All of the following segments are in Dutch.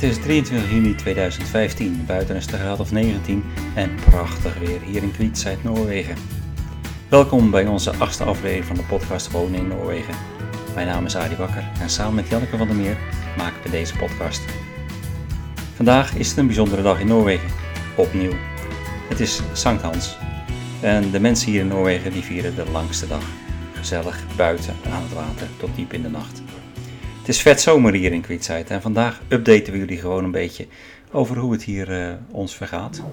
Het is 23 juni 2015, buiten is het een graad of 19 en prachtig weer hier in Kviteseid, Noorwegen. Welkom bij onze 8e aflevering van de podcast Wonen in Noorwegen. Mijn naam is Adi Bakker en samen met Janneke van der Meer maken we deze podcast. Vandaag is het een bijzondere dag in Noorwegen, opnieuw. Het is Sankt Hans en de mensen hier in Noorwegen die vieren de langste dag. Gezellig buiten aan het water tot diep in de nacht. Het is vet zomer hier in Kviteseid en vandaag updaten we jullie gewoon een beetje over hoe het hier ons vergaat.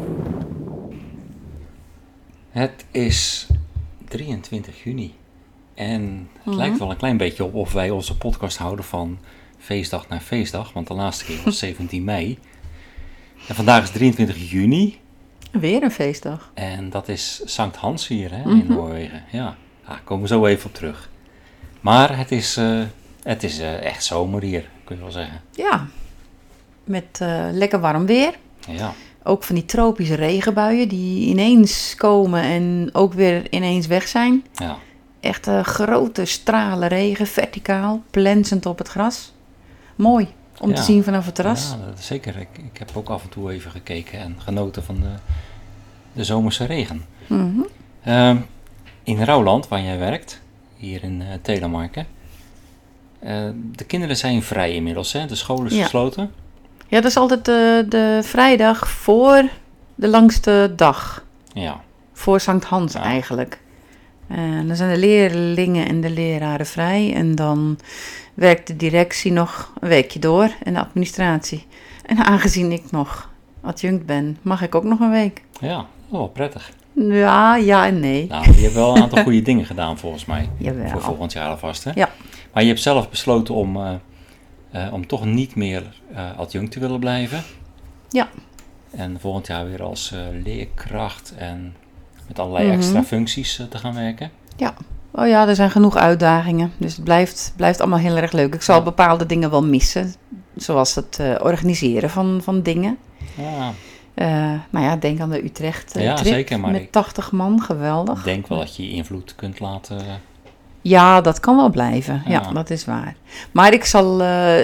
Het is 23 juni en het lijkt wel een klein beetje op of wij onze podcast houden van feestdag naar feestdag, want de laatste keer was 17 mei. En vandaag is 23 juni. Weer een feestdag. En dat is Sankt Hans hier in Noorwegen. Ja, daar komen we zo even op terug. Maar het is echt zomer hier, kun je wel zeggen. Ja, met lekker warm weer. Ja. Ook van die tropische regenbuien die ineens komen en ook weer ineens weg zijn. Ja. Echt grote stralen regen, verticaal, plensend op het gras. Mooi om te zien vanaf het terras. Ja, zeker. Ik heb ook af en toe even gekeken en genoten van de zomerse regen. Mm-hmm. In Rouwland, waar jij werkt, hier in Telemarken. De kinderen zijn vrij inmiddels, hè? De school is gesloten. Ja, dat is altijd de vrijdag voor de langste dag. Ja. Voor Sankt Hans eigenlijk. En dan zijn de leerlingen en de leraren vrij. En dan werkt de directie nog een weekje door en de administratie. En aangezien ik nog adjunct ben, mag ik ook nog een week. Ja, wel prettig. Ja en nee. Nou, je hebt wel een aantal goede dingen gedaan volgens mij. Jawel. Voor volgend jaar alvast, hè? Ja. Maar je hebt zelf besloten om toch niet meer adjunct te willen blijven. Ja. En volgend jaar weer als leerkracht en met allerlei extra functies te gaan werken. Ja. Oh ja, er zijn genoeg uitdagingen. Dus het blijft allemaal heel erg leuk. Ik zal bepaalde dingen wel missen. Zoals het organiseren van dingen. Ja. Nou ja, denk aan de Utrecht trip zeker, maar met 80 man. Geweldig. Ik denk wel dat je invloed kunt laten. Ja, dat kan wel blijven. Ja, dat is waar. Maar ik zal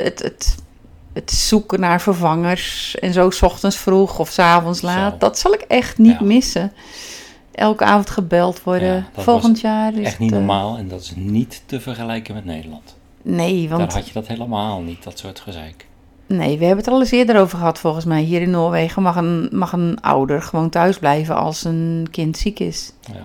het zoeken naar vervangers en zo 's ochtends vroeg of 's avonds laat. Dat zal ik echt niet missen. Elke avond gebeld worden. Volgend jaar is echt niet normaal en dat is niet te vergelijken met Nederland. Nee, want... Daar had je dat helemaal niet, dat soort gezeik. Nee, we hebben het er al eens eerder over gehad volgens mij. Hier in Noorwegen mag een ouder gewoon thuis blijven als een kind ziek is. Ja.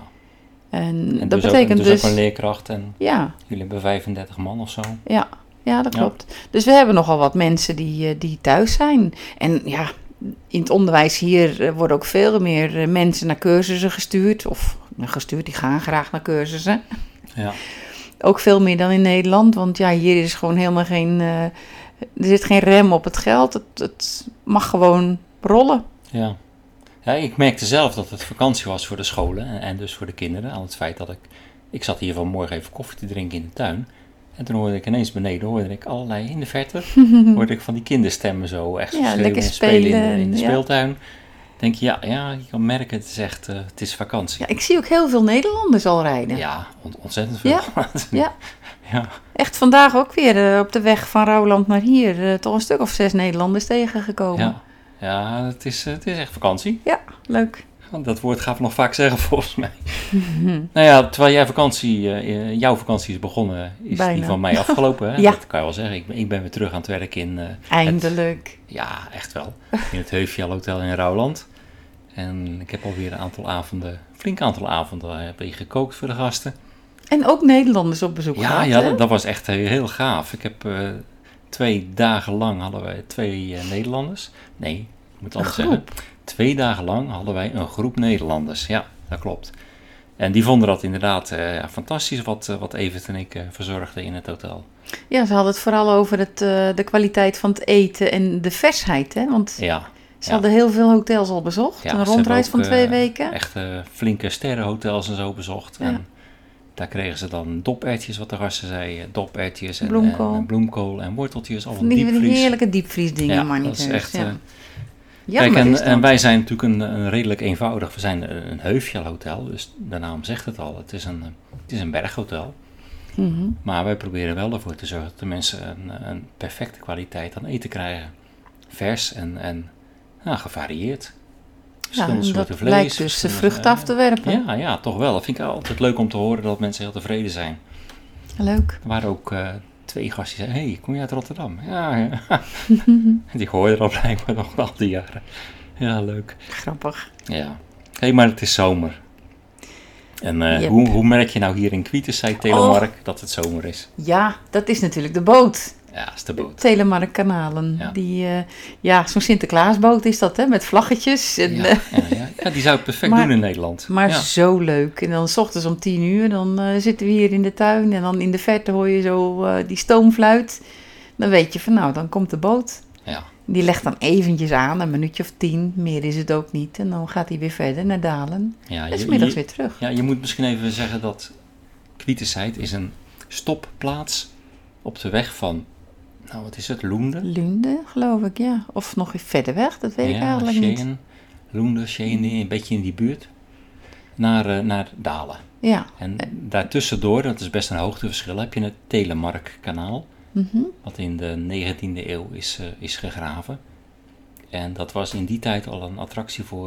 En dat dus betekent ook een leerkracht en jullie hebben 35 man of zo. Ja, dat klopt. Dus we hebben nogal wat mensen die thuis zijn. En ja, in het onderwijs hier worden ook veel meer mensen naar cursussen gestuurd. Die gaan graag naar cursussen. Ja. Ook veel meer dan in Nederland. Want ja, hier is gewoon helemaal geen... er zit geen rem op het geld. Het mag gewoon rollen. Ja. Ja, ik merkte zelf dat het vakantie was voor de scholen en dus voor de kinderen. Aan het feit dat ik zat hier vanmorgen even koffie te drinken in de tuin. En toen hoorde ik ineens beneden, allerlei in de verte, hoorde ik van die kinderstemmen zo echt lekker spelen in de speeltuin. Denk je, je kan merken, het is echt, het is vakantie. Ja, ik zie ook heel veel Nederlanders al rijden. Ja, ontzettend veel. Ja. Echt vandaag ook weer op de weg van Rouwland naar hier, toch een stuk of 6 Nederlanders tegengekomen. Ja, het is echt vakantie. Ja, leuk. Dat woord gaan we nog vaak zeggen volgens mij. Nou ja, terwijl jouw vakantie is begonnen, is die van mij afgelopen. Hè? Ja. Dat kan je wel zeggen. Ik ben weer terug aan het werk in... Eindelijk. Ja, echt wel. In het Heufjell Hotel in Rouwland. En ik heb alweer een flink aantal avonden heb ik gekookt voor de gasten. En ook Nederlanders op bezoek gehad, Ja, dat was echt heel gaaf. Ik heb 2 dagen lang hadden wij 2 Nederlanders. Nee, ik moet anders zeggen. 2 dagen lang hadden wij een groep Nederlanders. Ja, dat klopt. En die vonden dat inderdaad fantastisch wat Evert en ik verzorgden in het hotel. Ja, ze hadden het vooral over de kwaliteit van het eten en de versheid. Hè? Want ze hadden heel veel hotels al bezocht. Ja, een rondreis van 2 weken. Echt flinke sterrenhotels en zo bezocht. Ja. En daar kregen ze dan dopertjes, wat de gasten zeiden. Dopertjes en bloemkool en worteltjes. Al die heerlijke diepvriesdingen, maar niet. Dat is echt... Kijk, en wij zijn natuurlijk een redelijk eenvoudig. We zijn een Heufjell Hotel, dus de naam zegt het al. Het is een berghotel. Mm-hmm. Maar wij proberen wel ervoor te zorgen dat de mensen een perfecte kwaliteit aan eten krijgen. vers en gevarieerd. Ja, Verschillende en soorten dat vlees. lijkt dus de vrucht af te werpen. Ja, toch wel. Dat vind ik altijd leuk om te horen dat mensen heel tevreden zijn. Leuk. Er waren ook 2 gasten die zeiden, hey, kom je uit Rotterdam? Ja. Die hoorden er al blijkbaar nog al die jaren. Ja, leuk. Grappig. Ja. Hé, maar het is zomer. En Yep. hoe merk je nou hier in Kwietensijk, Telemark, dat het zomer is? Ja, dat is natuurlijk de boot. Ja, dat is de boot. Telemark Kanalen. Ja. Zo'n Sinterklaasboot is dat, hè? Met vlaggetjes. En, Ja, die zou het perfect doen in Nederland. Maar ja. zo leuk. En dan 's ochtends om 10:00, dan zitten we hier in de tuin. En dan in de verte hoor je zo die stoomfluit. Dan weet je van, nou, dan komt de boot. Ja. Die legt dan eventjes aan, een minuutje of 10. Meer is het ook niet. En dan gaat hij weer verder naar Dalen. Ja, En 's middags weer terug. Ja, je moet misschien even zeggen dat Kwietensijk is een stopplaats op de weg van, nou wat is het, Loende? Lunde, geloof ik, ja. Of nog even verder weg, dat weet ik eigenlijk niet. Loende, Scheen, een beetje in die buurt. Naar Dalen. Ja. En daartussendoor, dat is best een hoogteverschil, heb je het Telemarkkanaal. Wat in de 19e eeuw is gegraven. En dat was in die tijd al een attractie voor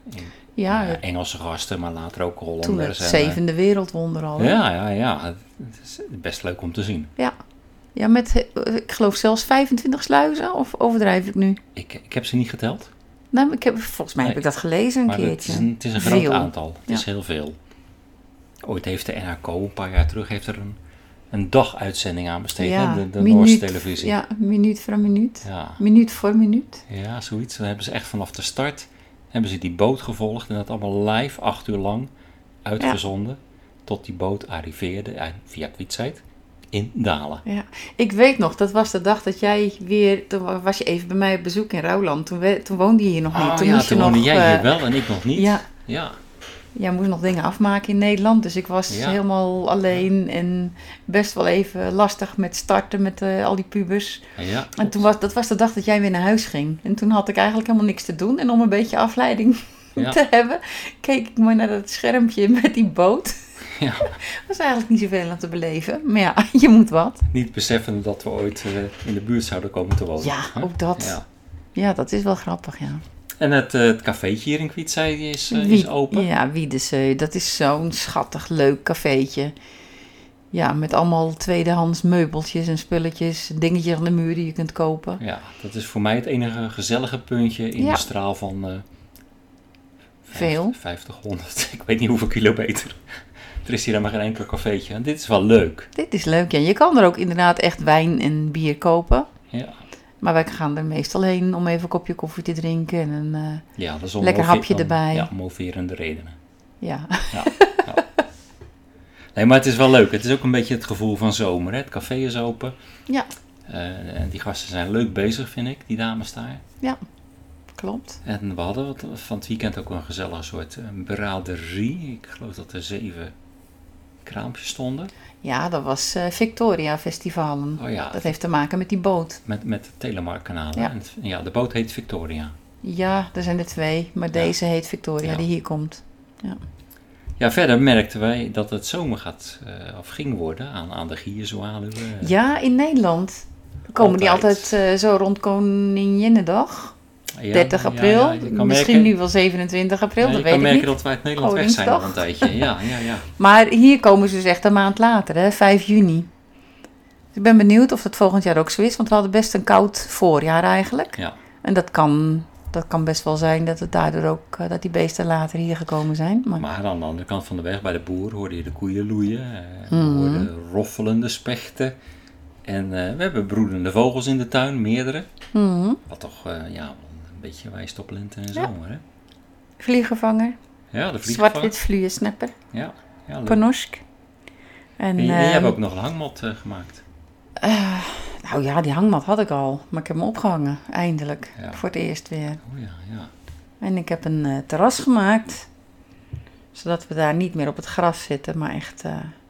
Engelse gasten, maar later ook Hollanders. Toen het zevende wereldwonder al. Ja. Het is best leuk om te zien. Ja, met, ik geloof zelfs 25 sluizen, of overdrijf ik nu? Ik heb ze niet geteld. Nou, volgens mij heb ik dat gelezen een keertje. Het is een groot aantal. Het is heel veel. Ooit heeft de NRK, een paar jaar terug, heeft er een daguitzending aan besteed. De Noorse televisie. Ja, minuut voor minuut. Ja. Minuut voor minuut. Ja, zoiets. Dan hebben ze echt vanaf de start hebben ze die boot gevolgd en dat allemaal live 8 uur lang uitgezonden. Tot die boot arriveerde via Kwietsheid in Dalen. Ja, ik weet nog, dat was de dag dat jij weer, toen was je even bij mij op bezoek in Rouwland. Toen woonde je hier nog niet. Toen woonde jij hier wel en ik nog niet. Ja. Jij moest nog dingen afmaken in Nederland, dus ik was helemaal alleen en best wel even lastig met starten met al die pubers. Ja, en dat was de dag dat jij weer naar huis ging. En toen had ik eigenlijk helemaal niks te doen. En om een beetje afleiding te hebben, keek ik maar naar dat schermpje met die boot. Ja. Was eigenlijk niet zoveel aan te beleven. Maar ja, je moet wat. Niet beseffen dat we ooit in de buurt zouden komen te wonen. Ja, ook dat. Ja, dat is wel grappig, ja. En het cafeetje hier in Kwietsijk is open? Ja, Wiedeseu. Dat is zo'n schattig leuk cafeetje. Ja, met allemaal tweedehands meubeltjes en spulletjes. Dingetjes aan de muur die je kunt kopen. Ja, dat is voor mij het enige gezellige puntje in de straal van... veel. 50, 100, ik weet niet hoeveel kilometer. Er is hier helemaal geen enkel cafeetje. En dit is wel leuk. Dit is leuk, ja. Je kan er ook inderdaad echt wijn en bier kopen. Ja. Maar wij gaan er meestal heen om even een kopje koffie te drinken en een dat is lekker hapje erbij. Ja, moverende redenen. Ja. Nee, maar het is wel leuk. Het is ook een beetje het gevoel van zomer. Hè? Het café is open. Ja. En die gasten zijn leuk bezig, vind ik, die dames daar. Ja, klopt. En we hadden van het weekend ook een gezellige soort braderie. Ik geloof dat er 7 kraampjes stonden. Ja, dat was Victoria Festivalen. Oh ja. Dat heeft te maken met die boot. Met het Telemarkkanaal. Ja. En de boot heet Victoria. Ja, er zijn er 2, maar deze heet Victoria, die hier komt. Ja. Ja, verder merkten wij dat het zomer ging worden aan de gierzwaluwen. Ja, in Nederland komen die altijd zo rond Koninginnedag. 30 april, misschien nu wel 27 april, dat weet ik niet. Je kan merken dat wij uit Nederland weg zijn al een tijdje. Ja. Maar hier komen ze dus echt een maand later, hè, 5 juni. Dus ik ben benieuwd of dat volgend jaar ook zo is, want we hadden best een koud voorjaar eigenlijk. Ja. En dat kan best wel zijn dat het daardoor ook, dat die beesten later hier gekomen zijn. Maar aan de andere kant van de weg, bij de boer, hoorde je de koeien loeien. We hoorden roffelende spechten. En we hebben broedende vogels in de tuin, meerdere. Wat toch, een beetje wijstoppelend en zomer, hè? Vliegenvanger. Ja, de vliegenvanger. Zwart-wit vliegesnapper. Ja, leuk. Panosk. En jij hebt ook nog een hangmat gemaakt. Nou ja, die hangmat had ik al, maar ik heb hem opgehangen, eindelijk. Ja. Voor het eerst weer. Oh ja. En ik heb een terras gemaakt, zodat we daar niet meer op het gras zitten, maar echt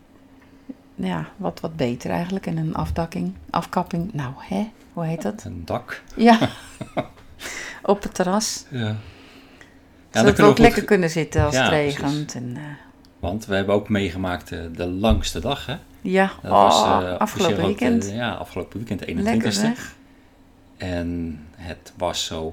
wat beter eigenlijk. En een afkapping, nou hoe heet dat? Een dak. Ja, op het terras. Ja. Zodat we ook lekker kunnen zitten als het regent. Want we hebben ook meegemaakt de langste dag, hè? Ja, dat was afgelopen weekend. Afgelopen weekend, 21e. Lekker zeg. En het was zo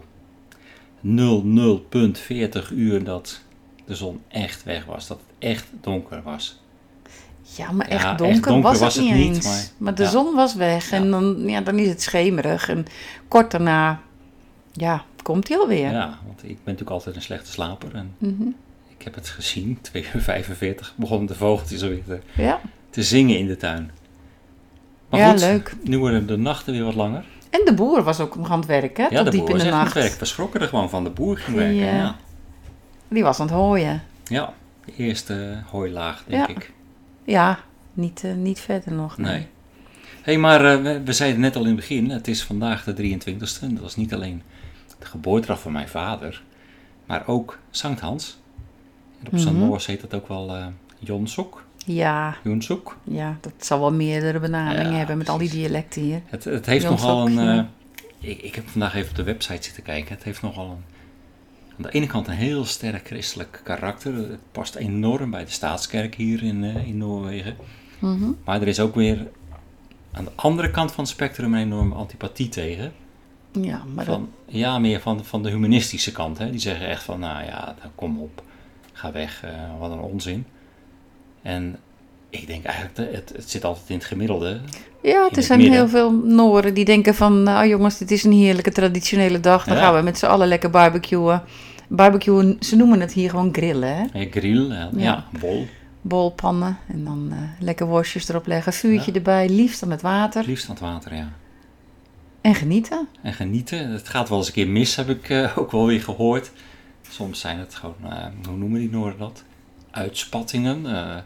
00:40 dat de zon echt weg was. Dat het echt donker was. Ja, maar echt donker was het niet eens. Maar de zon was weg. En dan is het schemerig. En kort daarna, komt hij alweer. Ja, want ik ben natuurlijk altijd een slechte slaper. En ik heb het gezien. 2:45 begonnen de vogeltjes alweer te zingen in de tuin. Maar goed, leuk. Nu worden de nachten weer wat langer. En de boer was ook nog aan het werk, hè? Ja, tot diep in de nacht. Ja, de boer was echt aan het werk. We schrokken er gewoon van. De boer ging werken, Die was aan het hooien. Ja, de eerste hooilaag, denk ik. Ja, niet verder nog. Nee. Hé, maar we zeiden net al in het begin, het is vandaag de 23e. En dat was niet alleen de geboortedag van mijn vader, maar ook Sankt Hans. En op zijn Noors heet dat ook wel Jonsok. Ja. Jonsok. Ja, dat zal wel meerdere benamingen hebben met al die dialecten hier. Het heeft nogal een... Ik heb vandaag even op de website zitten kijken. Het heeft nogal aan de ene kant een heel sterk christelijk karakter. Het past enorm bij de staatskerk hier in Noorwegen. Mm-hmm. Maar er is ook weer aan de andere kant van het spectrum een enorme antipathie tegen. Ja, maar meer van de humanistische kant. Hè. Die zeggen echt van, kom op, ga weg, wat een onzin. En ik denk eigenlijk, het zit altijd in het gemiddelde. Ja, er zijn heel veel Nooren die denken van, jongens, dit is een heerlijke traditionele dag. Dan gaan we met z'n allen lekker barbecuen. Barbecuen, ze noemen het hier gewoon grillen, hè? Ja, grill, bol. Bolpannen en dan lekker worstjes erop leggen, vuurtje erbij, liefst aan het water. Liefst aan het water, ja. En genieten. Het gaat wel eens een keer mis, heb ik ook wel weer gehoord. Soms zijn het gewoon, hoe noemen die Nooren dat? Uitspattingen,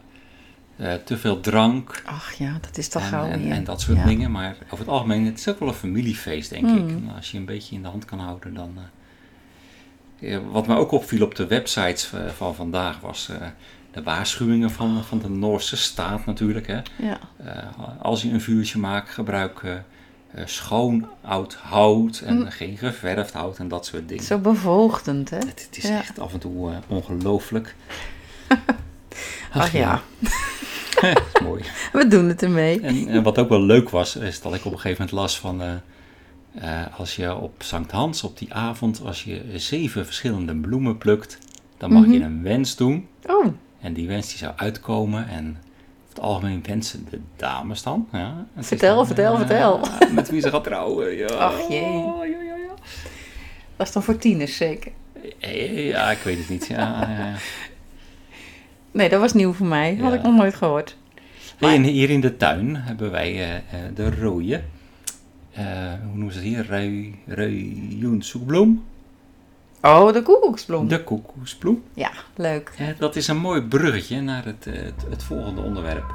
te veel drank. Ach ja, dat is toch gauw weer. En dat soort dingen. Maar over het algemeen, het is ook wel een familiefeest, denk ik. En als je een beetje in de hand kan houden, dan... wat me ook opviel op de websites van vandaag was de waarschuwingen van de Noorse staat natuurlijk. Hè. Ja. Als je een vuurtje maakt, gebruik schoon oud hout en geen geverfd hout en dat soort dingen. Zo bevoogdend, hè? Het is echt af en toe ongelooflijk. Ach ja. Dat is mooi. We doen het ermee. En wat ook wel leuk was, is dat ik op een gegeven moment las van... als je op Sankt Hans, op die avond, als je 7 verschillende bloemen plukt... dan mag je een wens doen. Oh. En die wens die zou uitkomen. En over het algemeen wensen de dames dan. Ja, Vertel. Met wie ze gaat trouwen. Ja. Ach jee. Ja. Dat is dan voor tieners zeker? Ja, ik weet het niet. Ja. Nee, dat was nieuw voor mij. Had ik nog nooit gehoord. Maar... En hier in de tuin hebben wij de rode... hoe noemen ze het hier? Ruijoensbloem. Oh, de koekoeksbloem. De koekoeksbloem. Ja, leuk. Dat is een mooi bruggetje naar het volgende onderwerp.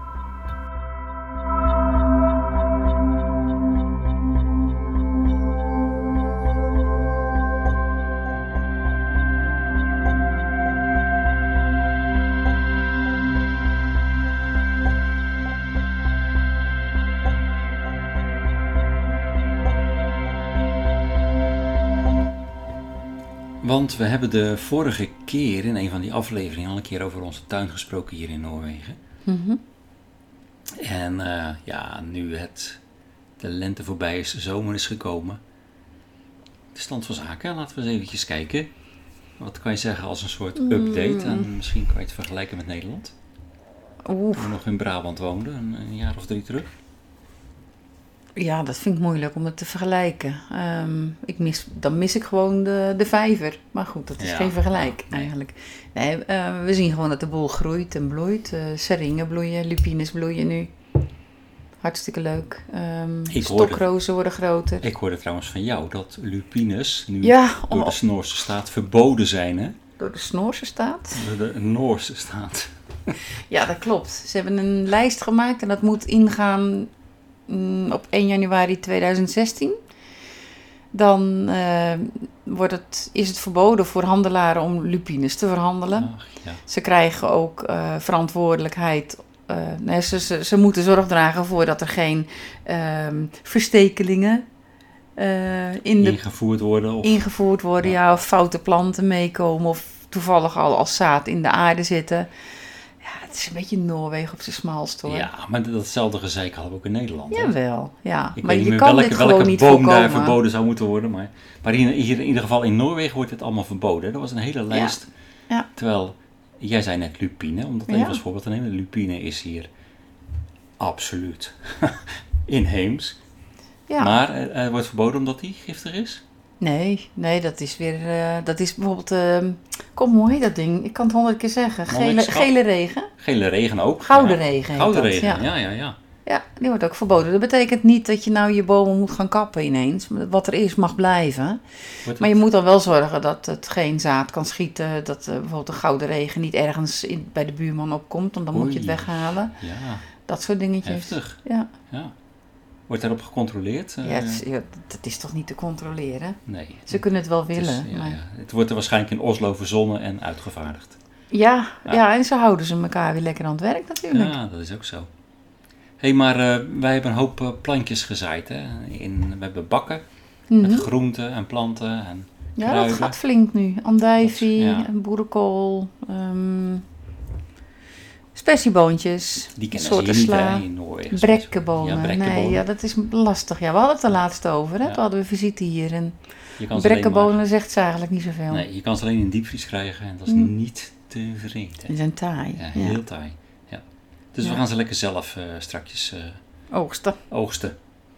Want we hebben de vorige keer in een van die afleveringen al een keer over onze tuin gesproken hier in Noorwegen. Mm-hmm. En nu de lente voorbij is, de zomer is gekomen. De stand van zaken, laten we eens eventjes kijken. Wat kan je zeggen als een soort update? En misschien kan je het vergelijken met Nederland. Toen we nog in Brabant woonden, een jaar of 3 terug. Ja, dat vind ik moeilijk om het te vergelijken. Dan mis ik gewoon de vijver. Maar goed, dat is geen vergelijk eigenlijk. Nee, we zien gewoon dat de boel groeit en bloeit. Seringen bloeien, lupines bloeien nu. Hartstikke leuk. Stokrozen worden groter. Ik hoorde trouwens van jou dat lupines nu door de Noorse staat verboden zijn, hè? Door de Noorse staat? Door de Noorse staat. Ja, dat klopt. Ze hebben een lijst gemaakt en dat moet ingaan... op 1 januari 2016, dan is het verboden voor handelaren om lupines te verhandelen. Ach, ja. Ze krijgen ook verantwoordelijkheid. Ze moeten zorg dragen voor dat er geen verstekelingen ingevoerd worden. Of foute planten meekomen of toevallig al als zaad in de aarde zitten. het is een beetje Noorwegen op zijn smalst hoor. Ja, maar datzelfde gezeik hadden we ook in Nederland. Jawel, ja. Ik maar weet je niet kan meer dit gewoon welke niet boom voorkomen. daar verboden zou moeten worden. Maar hier in ieder geval in Noorwegen wordt het allemaal verboden. Dat was een hele lijst. Ja. Terwijl, jij zei net lupine, om dat even als voorbeeld te nemen. Lupine is hier absoluut inheems. Ja. Maar het wordt verboden omdat die giftig is? Nee, dat is weer... dat is bijvoorbeeld... kom, hoe heet dat ding? Ik kan het 100 keer zeggen. Gele regen. Gele regen ook. Gouden regen. Gouden regen, ja. Ja, Ja, die wordt ook verboden. Dat betekent niet dat je nou je bomen moet gaan kappen ineens. Wat er is mag blijven. Maar je moet dan wel zorgen dat het geen zaad kan schieten. Dat bijvoorbeeld de gouden regen niet ergens bij de buurman opkomt. Want dan moet je het weghalen. Ja. Dat soort dingetjes. Heftig. Ja. Wordt daarop gecontroleerd? Dat is toch niet te controleren? Nee. Ze kunnen het wel willen. Het wordt er waarschijnlijk in Oslo verzonnen en uitgevaardigd. Ja, en zo houden ze elkaar weer lekker aan het werk natuurlijk. Ja, dat is ook zo. Hé, maar wij hebben een hoop plantjes gezaaid. Hè? We hebben bakken met groenten en planten en kruiden. Ja, dat gaat flink nu. Andijvie, boerenkool, spersieboontjes, die kennen soorten ze hier sla, niet, in Noorwegen. brekkenbonen. Nee, dat is lastig. Ja, we hadden het er laatst over. Hè? Toen hadden we visite hier. En brekkenbonen zegt ze eigenlijk niet zoveel. Nee, je kan ze alleen in diepvries krijgen en dat is niet te vreten. Die zijn taai. Ja, heel taai. Ja. Dus we gaan ze lekker zelf strakjes oogsten.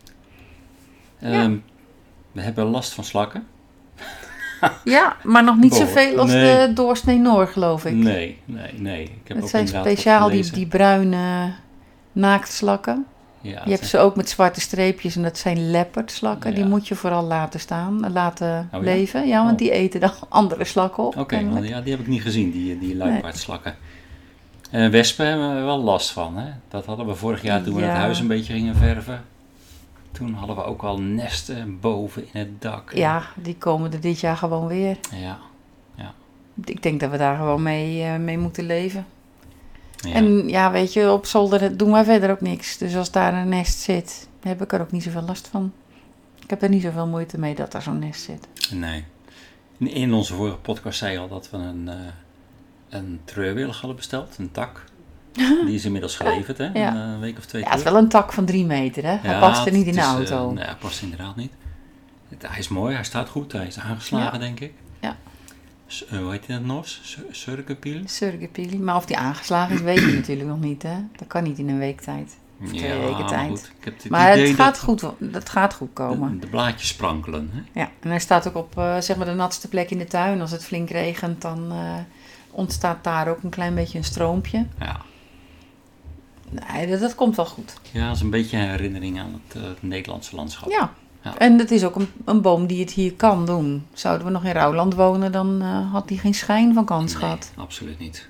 We hebben last van slakken. Ja, maar nog niet zoveel als de doorsnee Noor, geloof ik. Nee. Ik heb het zijn speciaal die bruine naaktslakken. Ja, je hebt ze ook met zwarte streepjes en dat zijn leopardslakken. Ja. Die moet je vooral laten leven. Ja, want die eten dan andere slakken op. Oké, die heb ik niet gezien, die luipaardslakken. Wespen hebben we wel last van. Hè? Dat hadden we vorig jaar toen we het huis een beetje gingen verven. Toen hadden we ook al nesten boven in het dak. Ja, die komen er dit jaar gewoon weer. Ja. Ik denk dat we daar gewoon mee moeten leven. Ja. En ja, weet je, op zolder doen wij verder ook niks. Dus als daar een nest zit, heb ik er ook niet zoveel last van. Ik heb er niet zoveel moeite mee dat daar zo'n nest zit. Nee. In onze vorige podcast zei je al dat we een treurwillig hadden besteld, een tak. Die is inmiddels geleverd, hè? Ja. Een week of 2 terug. Ja, het is wel een tak van 3 meter, hè? Hij past er niet in de auto. Nee, hij past inderdaad niet. Hij is mooi, hij staat goed, hij is aangeslagen, denk ik. Ja. Hoe heet dat nog? Surgepili. Maar of die aangeslagen is, weet je natuurlijk nog niet, hè? Dat kan niet in een week tijd. Of 2 weken tijd. Maar het gaat goed komen. De blaadjes sprankelen, hè? Ja, en hij staat ook op zeg maar de natste plek in de tuin. Als het flink regent, dan ontstaat daar ook een klein beetje een stroompje. Ja. Nee, dat komt wel goed. Ja, dat is een beetje een herinnering aan het Nederlandse landschap. Ja. En het is ook een boom die het hier kan doen. Zouden we nog in Rouwland wonen, dan had die geen schijn van kans gehad. Absoluut niet.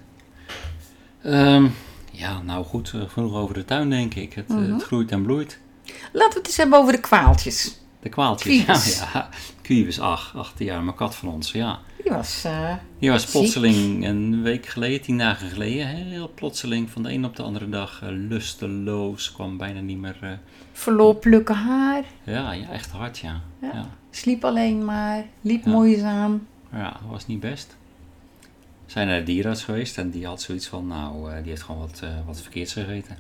Ja, nou goed, genoeg over de tuin, denk ik. Het groeit en bloeit. Laten we het eens hebben over de kwaaltjes. De kwaaltjes, ja. Quibus, 8 jaar, mijn kat van ons, ja. Die was plotseling een week geleden, 10 dagen geleden, heel plotseling van de een op de andere dag lusteloos, kwam bijna niet meer... Verloor plukken haar. Ja, echt hard, ja. Sliep alleen maar, liep moeizaam. Ja, dat was niet best. We zijn naar de dierenarts geweest en die had zoiets van, die heeft gewoon wat verkeerds gegeten.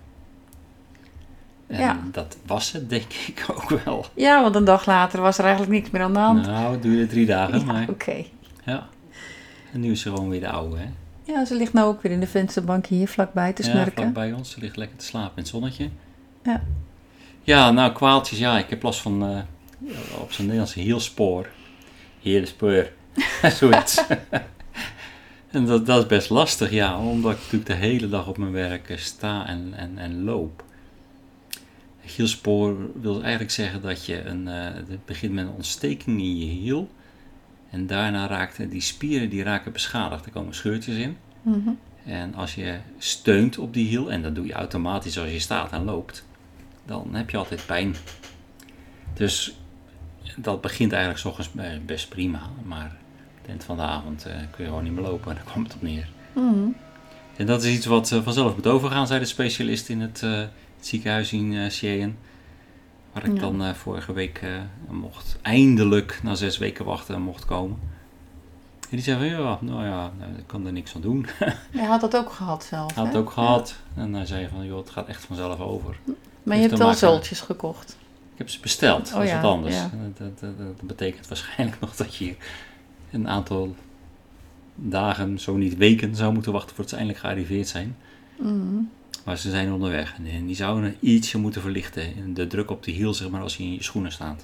En dat was het, denk ik ook wel. Ja, want een dag later was er eigenlijk niks meer aan de hand. Nou, het duurde 3 dagen, maar... Oké. Ja. En nu is ze gewoon weer de oude, hè? Ja, ze ligt nou ook weer in de vensterbank hier vlakbij te snurken. Ja, vlakbij ons. Ze ligt lekker te slapen in het zonnetje. Ja. Ja, nou, kwaaltjes, ik heb last van op zijn Nederlandse hielspoor. Hielspoor. Zoiets. En dat is best lastig, omdat ik natuurlijk de hele dag op mijn werk sta en loop. Hielspoor wil eigenlijk zeggen dat je het begint met een ontsteking in je hiel. En daarna raken die spieren beschadigd. Er komen scheurtjes in. Mm-hmm. En als je steunt op die hiel, en dat doe je automatisch als je staat en loopt, dan heb je altijd pijn. Dus dat begint eigenlijk 's ochtends best prima. Maar aan het eind van de avond kun je gewoon niet meer lopen. Daar komt het op neer. Mm-hmm. En dat is iets wat vanzelf moet overgaan, zei de specialist in het ziekenhuis in Skien. Waar ik dan vorige week eindelijk na 6 weken wachten mocht komen. En die zei van, ik kan er niks aan doen. Hij had dat ook gehad zelf, Hij had het ook gehad. Ja. En hij zei van, het gaat echt vanzelf over. Maar je hebt wel zultjes gekocht? Ik heb ze besteld, dat is wat anders. Ja. Dat betekent waarschijnlijk nog dat je hier een aantal dagen, zo niet weken, zou moeten wachten voordat ze eindelijk gearriveerd zijn. Mm. Maar ze zijn onderweg en die zouden ietsje moeten verlichten. In de druk op de hiel, zeg maar, als je in je schoenen staat.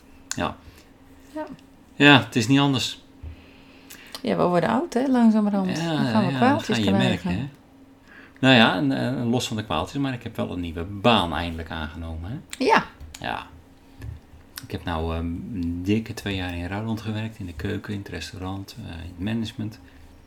Ja, het is niet anders. Ja, we worden oud, hè, langzamerhand. Ja, dan gaan we kwaaltjes dat ga je merken, hè. Nou ja, en los van de kwaaltjes, maar ik heb wel een nieuwe baan eindelijk aangenomen, hè. Ja. Ik heb nou een dikke 2 jaar in Rouwland gewerkt, in de keuken, in het restaurant, in het management.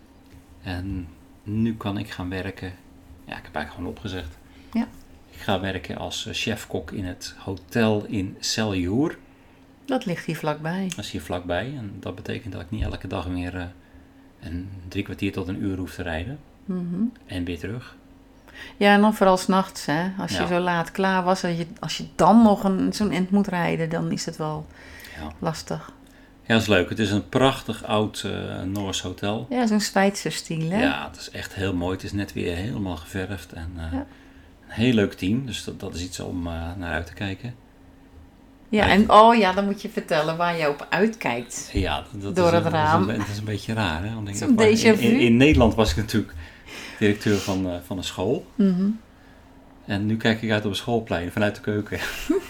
En nu kan ik gaan werken. Ja, ik heb eigenlijk gewoon opgezegd. Ja. Ik ga werken als chef-kok in het hotel in Seljoer. Dat ligt hier vlakbij. Dat is hier vlakbij. En dat betekent dat ik niet elke dag weer een 3 kwartier tot een uur hoef te rijden. Mm-hmm. En weer terug. Ja, en dan vooral 's nachts, hè. Als je zo laat klaar was, als je dan nog zo'n end moet rijden, dan is het wel lastig. Ja, dat is leuk. Het is een prachtig oud Noors hotel. Ja, zo'n Zweitser stil, hè. Ja, het is echt heel mooi. Het is net weer helemaal geverfd. En een heel leuk team. Dus dat is iets om naar uit te kijken. Ja, en dan moet je vertellen waar je op uitkijkt. Ja, dat door het raam. Dat is een beetje raar, hè? Want in Nederland was ik natuurlijk directeur van een school. Mm-hmm. En nu kijk ik uit op een schoolplein vanuit de keuken.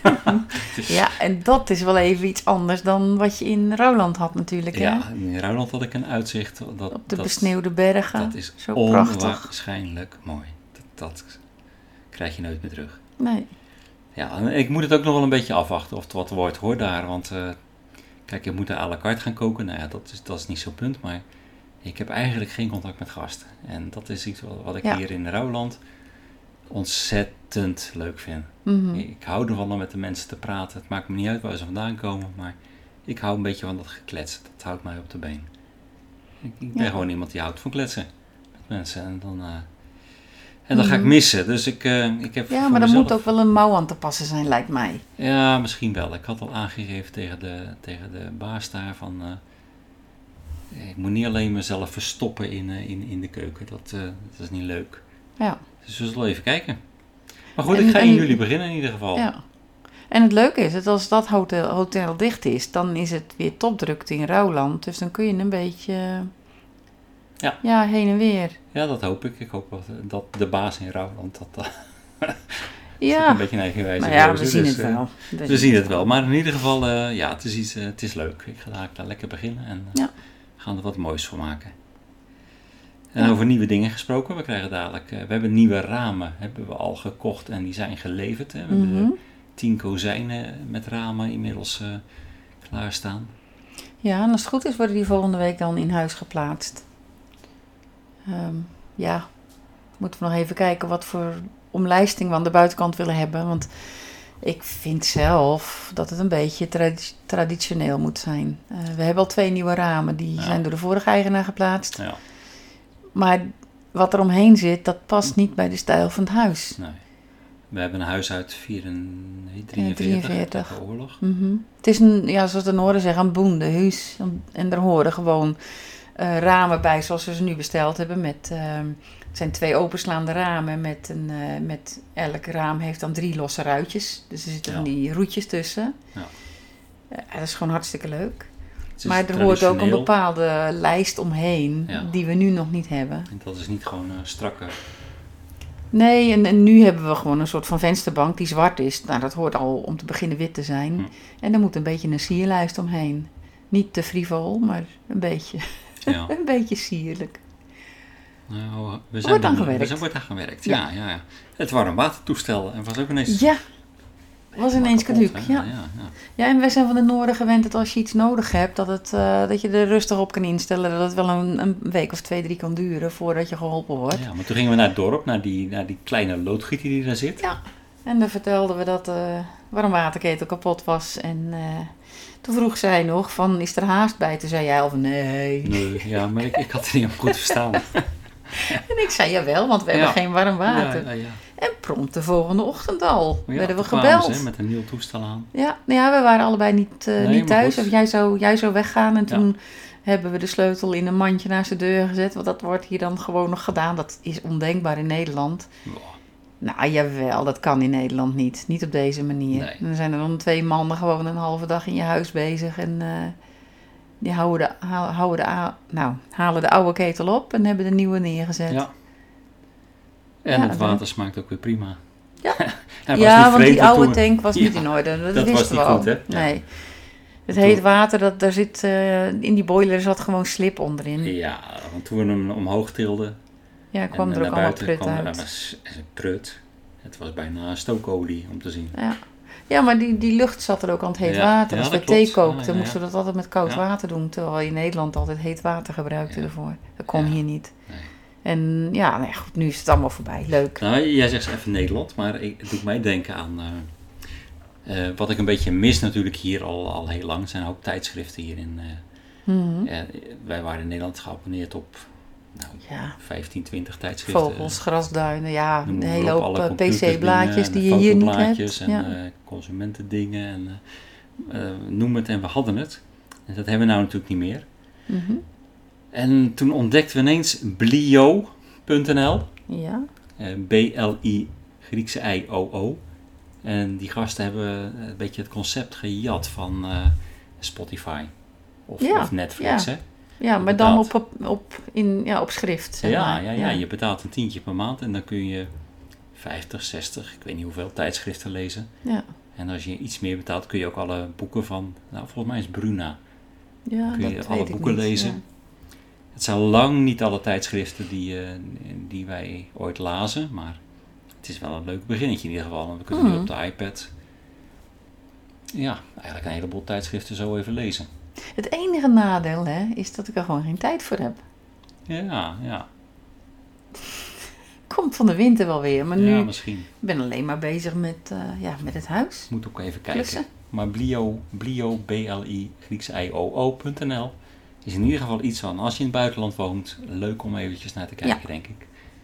Ja, en dat is wel even iets anders dan wat je in Rouwland had natuurlijk, hè? Ja, in Rouwland had ik een uitzicht. Op de besneeuwde bergen. Dat is zo onwaarschijnlijk mooi. Dat krijg je nooit meer terug. Nee. Ja, en ik moet het ook nog wel een beetje afwachten of het wat wordt hoor daar. Want kijk, je moet à la carte gaan koken. Nou ja, dat is niet zo'n punt. Maar ik heb eigenlijk geen contact met gasten. En dat is iets wat ik hier in Rouwland ontzettend leuk vind. Mm-hmm. Ik hou ervan om met de mensen te praten. Het maakt me niet uit waar ze vandaan komen. Maar ik hou een beetje van dat geklets. Dat houdt mij op de been. Ik ben gewoon iemand die houdt van kletsen met mensen. En dan ga ik missen. Dus ik heb ja, maar er moet ook wel een mouw aan te passen zijn, lijkt mij. Ja, misschien wel. Ik had al aangegeven tegen de baas daar van... ik moet niet alleen mezelf verstoppen in de keuken. Dat is niet leuk. Ja. Dus we zullen even kijken. Maar goed, ik ga in juli beginnen in ieder geval. Ja. En het leuke is, dat als dat hotel dicht is, dan is het weer topdrukte in Rouwland. Dus dan kun je een beetje... Ja, heen en weer. Ja, dat hoop ik. Ik hoop dat de baas in Rouwland dat ja. Een beetje een eigenwijze. Nou ja, we zien het wel. We zien het wel. Maar in ieder geval, het is leuk. Ik ga daar lekker beginnen en gaan er wat moois van maken. En over nieuwe dingen gesproken. We krijgen dadelijk, we hebben nieuwe ramen hebben we al gekocht en die zijn geleverd. Hè. We hebben 10 kozijnen met ramen inmiddels klaarstaan. Ja, en als het goed is worden die volgende week dan in huis geplaatst. Moeten we nog even kijken wat voor omlijsting we aan de buitenkant willen hebben. Want ik vind zelf dat het een beetje traditioneel moet zijn. We hebben al 2 nieuwe ramen, die zijn door de vorige eigenaar geplaatst. Ja. Maar wat er omheen zit, dat past niet bij de stijl van het huis. Nee. We hebben een huis uit 43 de oorlog. Mm-hmm. Het is zoals de Noorden zeggen, een boendehuis. En er horen gewoon ramen bij zoals we ze nu besteld hebben. Het zijn 2 openslaande ramen met elk raam heeft dan 3 losse ruitjes. Dus er zitten van die roetjes tussen. Ja. Dat is gewoon hartstikke leuk. Maar er hoort ook een bepaalde lijst omheen die we nu nog niet hebben. En dat is niet gewoon strakke... Nee, en nu hebben we gewoon een soort van vensterbank die zwart is. Nou, dat hoort al om te beginnen wit te zijn. En er moet een beetje een sierlijst omheen. Niet te frivol, maar een beetje, een beetje sierlijk. Nou, er wordt aan gewerkt. Ja. Het warmwatertoestel en was ook ineens... Ja, was ineens caduc. Ja, en wij zijn van het Noorden gewend dat als je iets nodig hebt, dat je er rustig op kan instellen. Dat het wel een week of 2, 3 kan duren voordat je geholpen wordt. Ja, maar toen gingen we naar het dorp, naar die kleine loodgieter die daar zit. Ja, en dan vertelden we dat de warmwaterketel kapot was. En toen vroeg zij nog van, is er haast bij? Toen zei jij al van, nee. Ja, maar ik had het niet op goed verstaan. En ik zei, jawel, want we hebben geen warm water. Ja. En prompt de volgende ochtend al werden we toen gebeld. kwamen ze, met een nieuw toestel aan. Ja, we waren allebei niet thuis. goed. Of jij zou weggaan en toen hebben we de sleutel in een mandje naast de deur gezet. Want dat wordt hier dan gewoon nog gedaan. Dat is ondenkbaar in Nederland. Wow. Nou, jawel, dat kan in Nederland niet. Niet op deze manier. Nee. Dan zijn er dan 2 mannen gewoon een halve dag in je huis bezig. En die halen de oude ketel op en hebben de nieuwe neergezet. Ja. En het water smaakt ook weer prima. Ja, want die oude tank was niet in orde. Dat was wisten niet we al. goed, hè? Nee. Het heet water, daar zit, in die boiler zat gewoon slip onderin. Ja, want toen we hem omhoog tilden... Ja, kwam er ook allemaal prut uit. Prut. Het was bijna stookolie om te zien. Ja, maar die lucht zat er ook aan het heet water. Als we thee kookten, moesten we dat altijd met koud water doen. Terwijl we in Nederland altijd heet water gebruikten ervoor. Dat kon hier niet. Nee. En goed, nu is het allemaal voorbij. Leuk. Nou, jij zegt even Nederland, maar het doet mij denken aan... wat ik een beetje mis natuurlijk hier al heel lang. Er zijn een hoop tijdschriften hier in... wij waren in Nederland geabonneerd op 15, 20 tijdschriften. Vogels, grasduinen, een hele hoop hoop PC-blaadjes die je hier niet hebt. En consumentendingen en noem het en we hadden het. En dat hebben we nou natuurlijk niet meer. Mm-hmm. En toen ontdekten we ineens blio.nl. Ja. B-L-I, Griekse I-O-O. En die gasten hebben een beetje het concept gejat van Spotify of Netflix, hè? Ja, maar dan op schrift, zeg maar. Ja, je betaalt een tientje per maand en dan kun je 50, 60, ik weet niet hoeveel tijdschriften lezen. Ja. En als je iets meer betaalt, kun je ook alle boeken van, volgens mij is Bruna. Ja, kun je dat alle weet boeken ik niet, lezen. Ja. Het zijn lang niet alle tijdschriften die wij ooit lazen, maar het is wel een leuk beginnetje in ieder geval. Want we kunnen nu op de iPad eigenlijk een heleboel tijdschriften zo even lezen. Het enige nadeel is dat ik er gewoon geen tijd voor heb. Ja. Komt van de winter wel weer, maar nu misschien. Ben ik alleen maar bezig met het huis. Moet ook even kijken. Klussen. Maar Blio, B-L-I, Grieks I-O-O.nl is in ieder geval iets van, als je in het buitenland woont, leuk om eventjes naar te kijken, denk ik.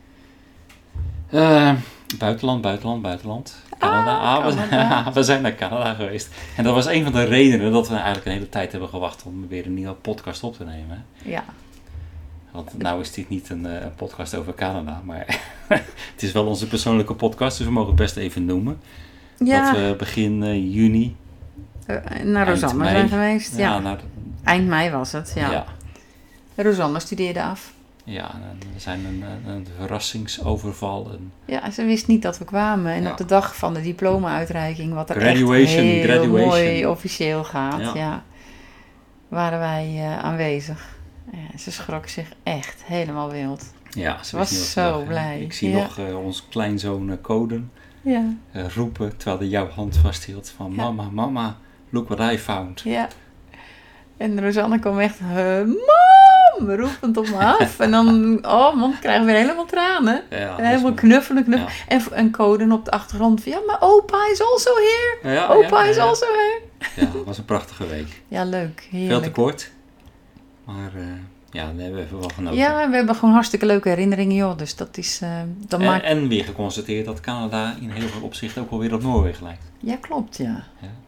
Buitenland. Canada. We zijn naar Canada geweest. En dat was een van de redenen dat we eigenlijk een hele tijd hebben gewacht om weer een nieuwe podcast op te nemen. Ja. Want nou is dit niet een podcast over Canada, maar het is wel onze persoonlijke podcast, dus we mogen het best even noemen. Ja. Dat we begin juni naar Rosanne zijn geweest. Ja. Eind mei was het, ja. Rosanne studeerde af. Ja, we zijn een verrassingsoverval. Ja, ze wist niet dat we kwamen. En op de dag van de diploma-uitreiking, wat er echt heel mooi officieel gaat, waren wij aanwezig. Ja, ze schrok zich echt helemaal wild. Ja, ze was zo blij. Ik zie nog ons kleinzoon Coden roepen, terwijl hij jouw hand vasthield van mama, look what I found. Ja. En Rosanne kwam echt, mam, roepend op me af. En dan, krijgen we weer helemaal tranen. Ja, en helemaal knuffelen. Ja. En Coden op de achtergrond van, maar opa is also here. Opa is also here. Ja, het was een prachtige week. Ja, leuk. Heerlijk. Veel te kort. Maar daar hebben we even wel genoten. Ja, we hebben gewoon hartstikke leuke herinneringen, joh. Dus dat is... En weer geconstateerd dat Canada in heel veel opzichten ook wel weer op Noorwegen lijkt. Ja, klopt, ja.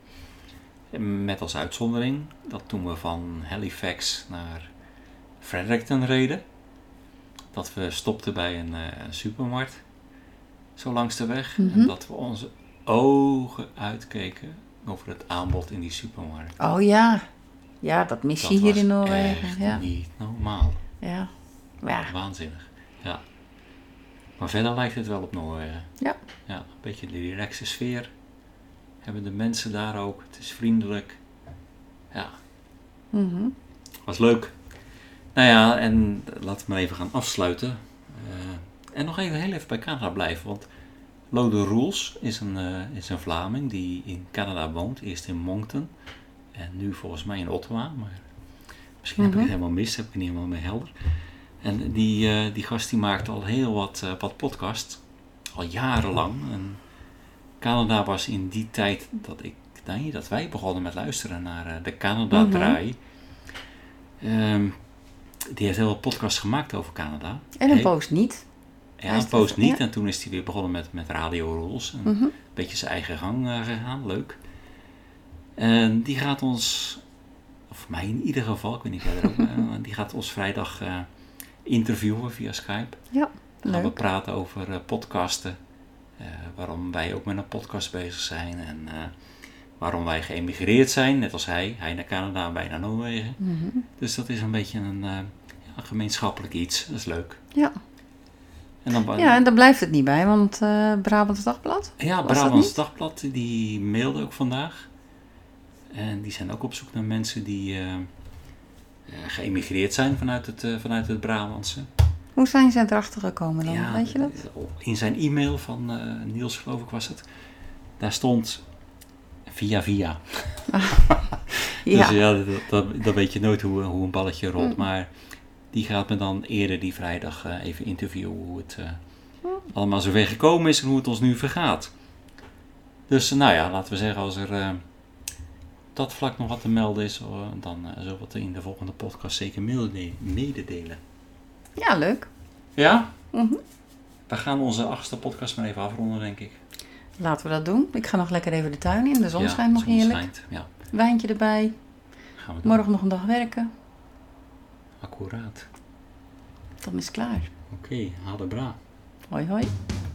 Met als uitzondering dat toen we van Halifax naar Fredericton reden, dat we stopten bij een supermarkt, zo langs de weg. Mm-hmm. En dat we onze ogen uitkeken over het aanbod in die supermarkt. Oh ja. Ja, dat mis je hier in Noorwegen. Echt niet normaal. Ja. Waanzinnig. Ja. Maar verder lijkt het wel op Noorwegen. Ja. Ja, een beetje de relaxe sfeer. Hebben de mensen daar ook. Het is vriendelijk. Ja. Mm-hmm. Was leuk. Nou ja, en laten we maar even gaan afsluiten. En nog heel even bij Canada blijven. Want Lode Roels is een Vlaming die in Canada woont. Eerst in Moncton. En nu volgens mij in Ottawa. Maar misschien heb ik het helemaal mis. Heb ik het niet helemaal meer helder. En die gast die maakt al heel wat podcast. Al jarenlang. En Canada was in die tijd dat wij begonnen met luisteren naar de Canada Draai. die heeft heel veel podcasts gemaakt over Canada. En een poos niet. Ja, een poos niet. Ja. En toen is hij weer begonnen met Radio Rules. En een beetje zijn eigen gang gegaan. Leuk. En die gaat ons, of mij in ieder geval, ik weet niet verder ook, die gaat ons vrijdag interviewen via Skype. Ja, Dan gaan we praten over podcasten. Waarom wij ook met een podcast bezig zijn. En waarom wij geëmigreerd zijn, net als hij. Hij naar Canada en wij naar Noorwegen. Mm-hmm. Dus dat is een beetje een gemeenschappelijk iets. Dat is leuk. Ja. En daar blijft het niet bij, want Brabants Dagblad? Ja, Brabants Dagblad, die mailde ook vandaag. En die zijn ook op zoek naar mensen die geëmigreerd zijn vanuit het Brabantse. Hoe zijn ze erachter gekomen dan? Ja, weet je dat? In zijn e-mail van Niels, geloof ik was het. Daar stond via. Ja. Dus ja, dat weet je nooit hoe een balletje rolt. Maar die gaat me dan eerder die vrijdag even interviewen hoe het allemaal zo ver gekomen is en hoe het ons nu vergaat. Dus nou ja, laten we zeggen, als er dat vlak nog wat te melden is, dan zullen we het in de volgende podcast zeker mededelen. Ja, leuk. Ja? Mm-hmm. We gaan onze 8e podcast maar even afronden, denk ik. Laten we dat doen. Ik ga nog lekker even de tuin in. De zon schijnt nog heerlijk. Ja. Wijntje erbij. Gaan we doen. Morgen nog een dag werken. Accuraat. Dan is het klaar. Oké, hadebra. Hoi hoi.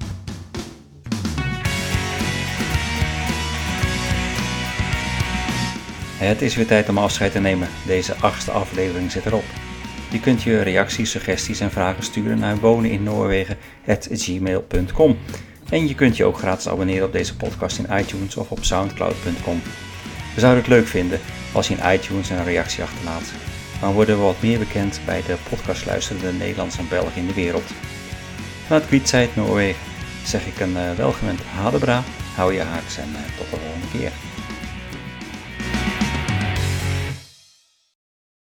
Het is weer tijd om afscheid te nemen. Deze 8e aflevering zit erop. Je kunt je reacties, suggesties en vragen sturen naar woneninnoorwegen@gmail.com. En je kunt je ook gratis abonneren op deze podcast in iTunes of op soundcloud.com. We zouden het leuk vinden als je in iTunes een reactie achterlaat. Dan worden we wat meer bekend bij de podcastluisterende Nederlanders en Belgen in de wereld. Vanuit Kwietzijd, Noorwegen, zeg ik een welgemeend hadebra, hou je haaks en tot de volgende keer.